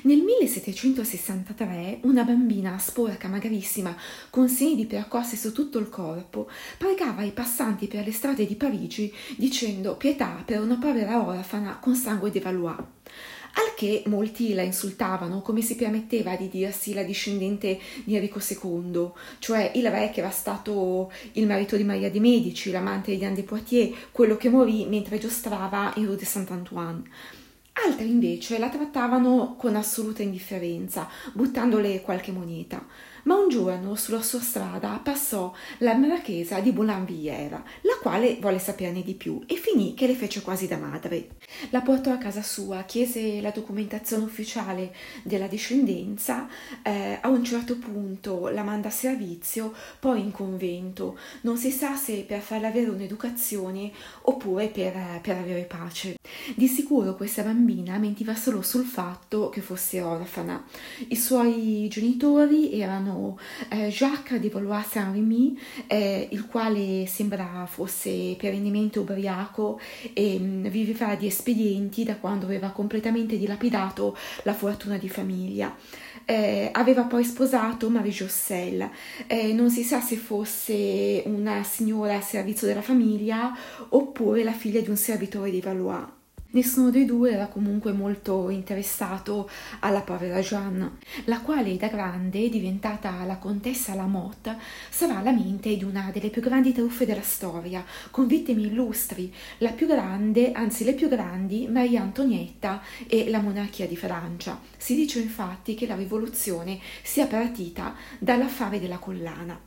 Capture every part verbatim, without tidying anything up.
Nel millesettecentosessantatré una bambina sporca, magrissima, con segni di percosse su tutto il corpo, pregava i passanti per le strade di Parigi dicendo pietà per una povera orfana con sangue di Valois. Al che molti la insultavano come si permetteva di dirsi la discendente di Enrico secondo, cioè il re che era stato il marito di Maria de' Medici, l'amante di Anne de Poitiers, quello che morì mentre giostrava in Rue de Saint-Antoine. Altri invece la trattavano con assoluta indifferenza, buttandole qualche moneta. Ma un giorno sulla sua strada passò la marchesa di Boulainvilliers, la quale volle saperne di più e finì che le fece quasi da madre. La portò a casa sua, chiese la documentazione ufficiale della discendenza, eh, a un certo punto la manda a servizio, poi in convento. Non si sa se per farle avere un'educazione oppure per, per avere pace. Di sicuro questa bambina mentiva solo sul fatto che fosse orfana. I suoi genitori erano eh, Jacques de Valois-Saint-Remy, eh, il quale sembra fosse perennemente ubriaco e mh, viveva di espedienti da quando aveva completamente dilapidato la fortuna di famiglia. Eh, aveva poi sposato Marie Jossel, eh, non si sa se fosse una signora a servizio della famiglia oppure la figlia di un servitore di Valois. Nessuno dei due era comunque molto interessato alla povera Jeanne, la quale da grande, diventata la contessa Lamotte, sarà la mente di una delle più grandi truffe della storia, con vittime illustri, la più grande, anzi le più grandi, Maria Antonietta e la monarchia di Francia. Si dice infatti che la rivoluzione sia partita dall'affare della collana.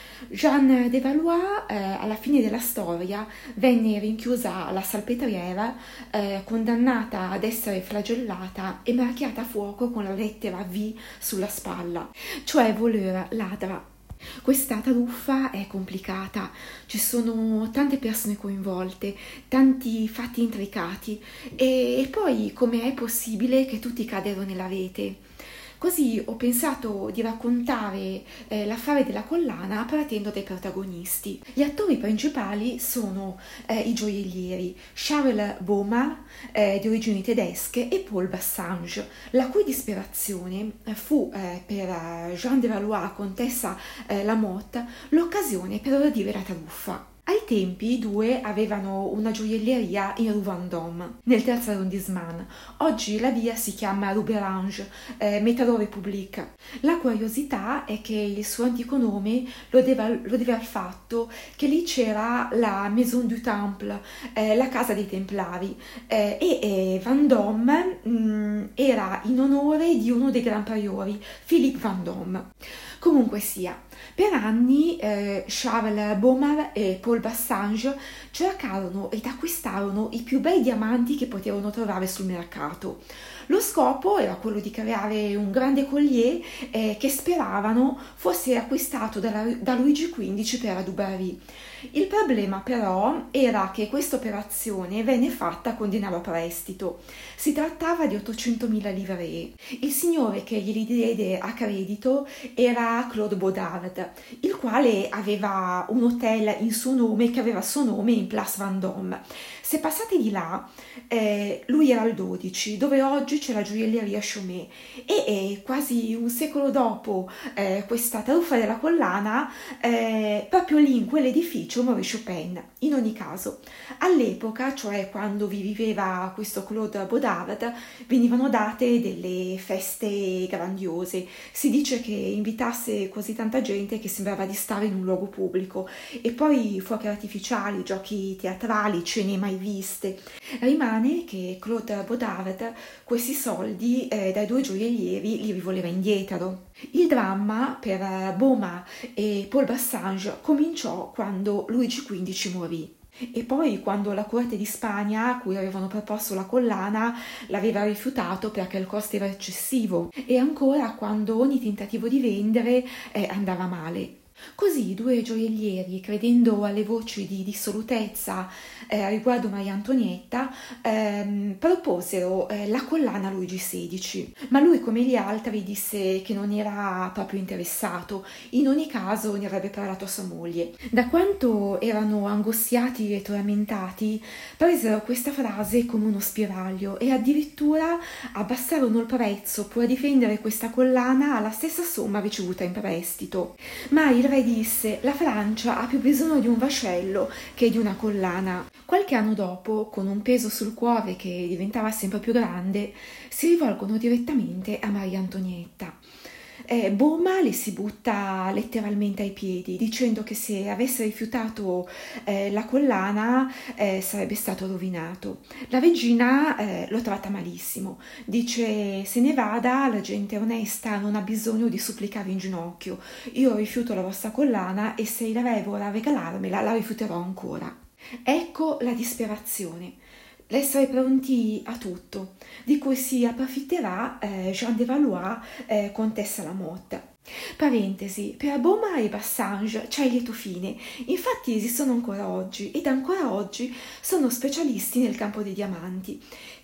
Jeanne de Valois eh, alla fine della storia venne rinchiusa alla Salpêtrière, eh, condannata ad essere flagellata e marchiata a fuoco con la lettera V sulla spalla, cioè voleur ladra. Questa truffa è complicata, ci sono tante persone coinvolte, tanti fatti intricati e, e poi come è possibile che tutti cadero nella rete? Così ho pensato di raccontare eh, l'affare della collana partendo dai protagonisti. Gli attori principali sono eh, i gioiellieri Charles Baumard, eh, di origini tedesche, e Paul Bassange, la cui disperazione fu eh, per Jeanne de Valois, contessa eh, Lamotte, l'occasione per ordire la truffa. Ai tempi i due avevano una gioielleria in Rue Vendôme, nel terzo arrondissement. Oggi la via si chiama Rue Bérange, eh, Métro République. La curiosità è che il suo antico nome lo deve, lo deve al fatto che lì c'era la Maison du Temple, eh, la casa dei Templari, eh, e eh, Vendôme mh, era in onore di uno dei gran priori, Philippe Vendôme. Comunque sia, per anni eh, Charles Baumard e Paul Bassange cercarono ed acquistarono i più bei diamanti che potevano trovare sul mercato. Lo scopo era quello di creare un grande collier eh, che speravano fosse acquistato dalla, da Luigi quindici per la Dubarry. Il problema però era che questa operazione venne fatta con denaro a prestito. Si trattava di ottocentomila livree. Il signore che glieli diede a credito era Claude Baudard, il quale aveva un hotel in suo nome che aveva il suo nome in Place Vendôme. Se passate di là, eh, lui era al dodici, dove oggi c'è la gioielleria Chaumet, e eh, quasi un secolo dopo eh, questa truffa della collana, eh, proprio lì in quell'edificio morì Chopin. In ogni caso, all'epoca, cioè quando vi viveva questo Claude Baudard, venivano date delle feste grandiose. Si dice che invitasse così tanta gente che sembrava di stare in un luogo pubblico, e poi fuochi artificiali, giochi teatrali, cene mai viste. Rimane che Claude Baudard questi soldi eh, dai due gioiellieri li rivoleva indietro. Il dramma per Baumard e Paul Bassange cominciò quando Luigi quindici morì. E poi quando la corte di Spagna, a cui avevano proposto la collana, l'aveva rifiutato perché il costo era eccessivo, e ancora quando ogni tentativo di vendere eh, andava male. Così i due gioiellieri, credendo alle voci di dissolutezza eh, riguardo Maria Antonietta, ehm, proposero eh, la collana a Luigi sedicesimo, ma lui, come gli altri, disse che non era proprio interessato, in ogni caso ne avrebbe parlato a sua moglie. Da quanto erano angustiati e tormentati, presero questa frase come uno spiraglio e addirittura abbassarono il prezzo per difendere questa collana alla stessa somma ricevuta in prestito. Ma il re disse: la Francia ha più bisogno di un vascello che di una collana. Qualche anno dopo, con un peso sul cuore che diventava sempre più grande, si rivolgono direttamente a Maria Antonietta. Eh, Beaumont le si butta letteralmente ai piedi, dicendo che se avesse rifiutato eh, la collana eh, sarebbe stato rovinato. La regina eh, lo tratta malissimo, dice: se ne vada, la gente onesta non ha bisogno di supplicare in ginocchio, io rifiuto la vostra collana e se il re vorrà regalarmela la rifiuterò ancora. Ecco la disperazione, l'essere pronti a tutto, di cui si approfitterà eh, Jeanne de Valois, eh, contessa Lamotte. Parentesi, per Beaumont e Bassange c'è il lieto fine, infatti esistono ancora oggi ed ancora oggi sono specialisti nel campo dei diamanti.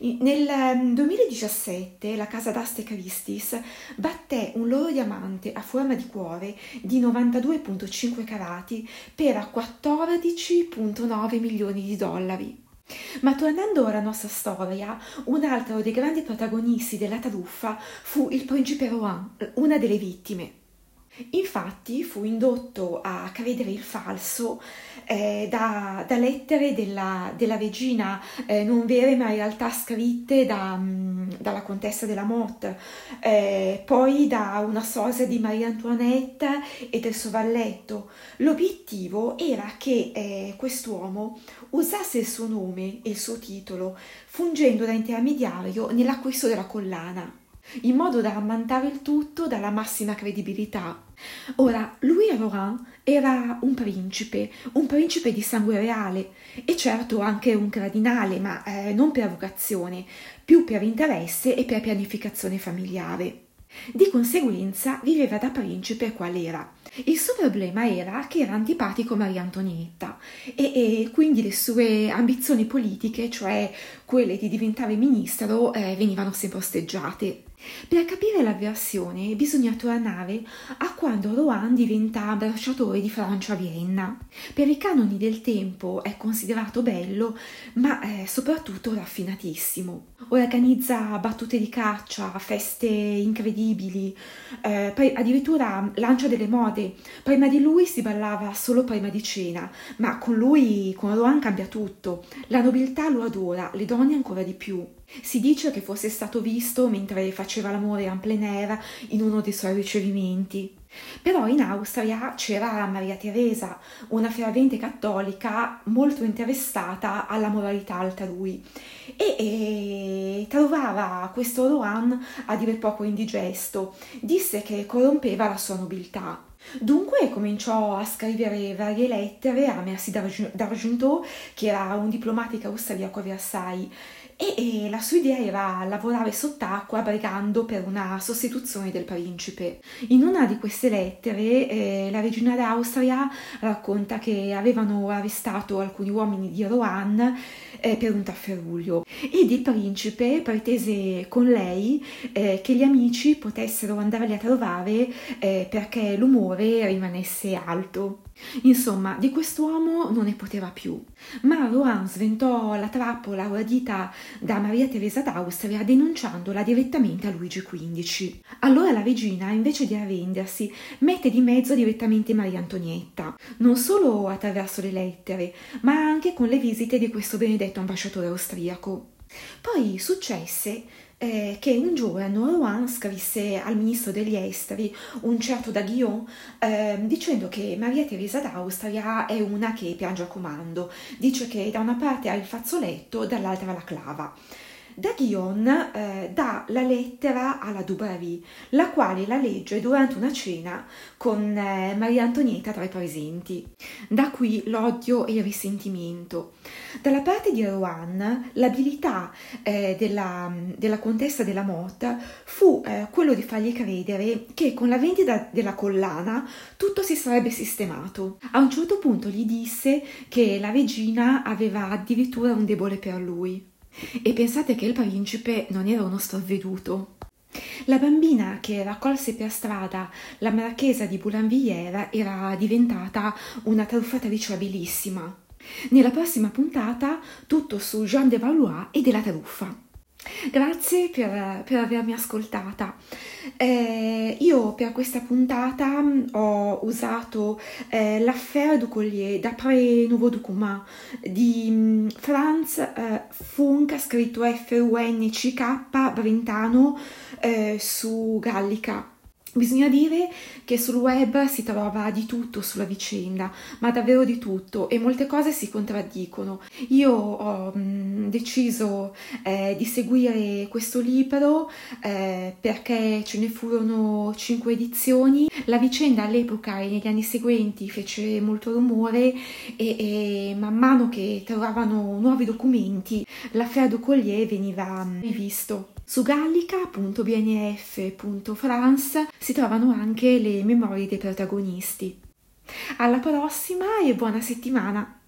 Nel duemiladiciassette la casa d'aste Christie's batté un loro diamante a forma di cuore di novantadue virgola cinque carati per quattordici virgola nove milioni di dollari. Ma tornando alla nostra storia, un altro dei grandi protagonisti della truffa fu il principe Rohan, una delle vittime. Infatti fu indotto a credere il falso eh, da, da lettere della, della regina eh, non vere ma in realtà scritte da, mh, dalla contessa de Lamotte, eh, poi da una sosia di Maria Antoinette e del suo valletto. L'obiettivo era che eh, quest'uomo usasse il suo nome e il suo titolo, fungendo da intermediario nell'acquisto della collana, in modo da ammantare il tutto dalla massima credibilità. Ora, Louis Rohan era un principe, un principe di sangue reale e certo anche un cardinale, ma eh, non per vocazione, più per interesse e per pianificazione familiare. Di conseguenza viveva da principe qual era. Il suo problema era che era antipatico a Maria Antonietta e, e quindi le sue ambizioni politiche, cioè quelle di diventare ministro, eh, venivano sempre osteggiate. Per capire l'avversione bisogna tornare a quando Rohan diventa ambasciatore di Francia a Vienna. Per i canoni del tempo è considerato bello, ma eh, soprattutto raffinatissimo. Organizza battute di caccia, feste incredibili, eh, poi addirittura lancia delle mode. Prima di lui si ballava solo prima di cena, ma con lui, con Rohan, cambia tutto. La nobiltà lo adora, le donne ancora di più. Si dice che fosse stato visto mentre faceva l'amore en plein air in uno dei suoi ricevimenti. Però in Austria c'era Maria Teresa, una fervente cattolica molto interessata alla moralità altrui e, e trovava questo Rohan a dire poco indigesto. Disse che corrompeva la sua nobiltà. Dunque cominciò a scrivere varie lettere a Merci d'Argenteau, che era un diplomatico austriaco a Versailles, e, e la sua idea era lavorare sott'acqua pregando per una sostituzione del principe. In una di queste lettere eh, la regina d'Austria racconta che avevano arrestato alcuni uomini di Rohan eh, per un tafferuglio ed il principe pretese con lei eh, che gli amici potessero andarli a trovare eh, perché l'umore rimanesse alto. Insomma, di quest'uomo non ne poteva più, ma Rohan sventò la trappola ardita da Maria Teresa d'Austria denunciandola direttamente a Luigi quindici. Allora la regina, invece di arrendersi, mette di mezzo direttamente Maria Antonietta, non solo attraverso le lettere, ma anche con le visite di questo benedetto ambasciatore austriaco. Poi successe Eh, che un giorno Rohan scrisse al ministro degli esteri, un certo Daguillon, eh, dicendo che Maria Teresa d'Austria è una che piange a comando, dice che da una parte ha il fazzoletto, dall'altra la clava. Da Guion eh, dà la lettera alla Dubarry, la quale la legge durante una cena con eh, Maria Antonietta tra i presenti. Da qui l'odio e il risentimento. Dalla parte di Rohan, l'abilità eh, della, della contessa della Motte fu eh, quello di fargli credere che con la vendita della collana tutto si sarebbe sistemato. A un certo punto gli disse che la regina aveva addirittura un debole per lui. E pensate che il principe non era uno sprovveduto. La bambina che raccolse per strada la marchesa di Boulainvilliers era diventata una truffatrice abilissima. Nella prossima puntata tutto su Jeanne de Valois e della truffa. Grazie per, per avermi ascoltata. Eh, io per questa puntata ho usato eh, l'affaire du collier d'après nouveau document di um, Franz eh, Funk, scritto F U N C K, Brentano, eh, su Gallica. Bisogna dire che sul web si trova di tutto sulla vicenda, ma davvero di tutto, e molte cose si contraddicono. Io ho mh, deciso eh, di seguire questo libro eh, perché ce ne furono cinque edizioni. La vicenda all'epoca e negli anni seguenti fece molto rumore e, e man mano che trovavano nuovi documenti, l'affaire du collier veniva rivisto. Su gallica punto b n f punto france si trovano anche le memorie dei protagonisti. Alla prossima e buona settimana!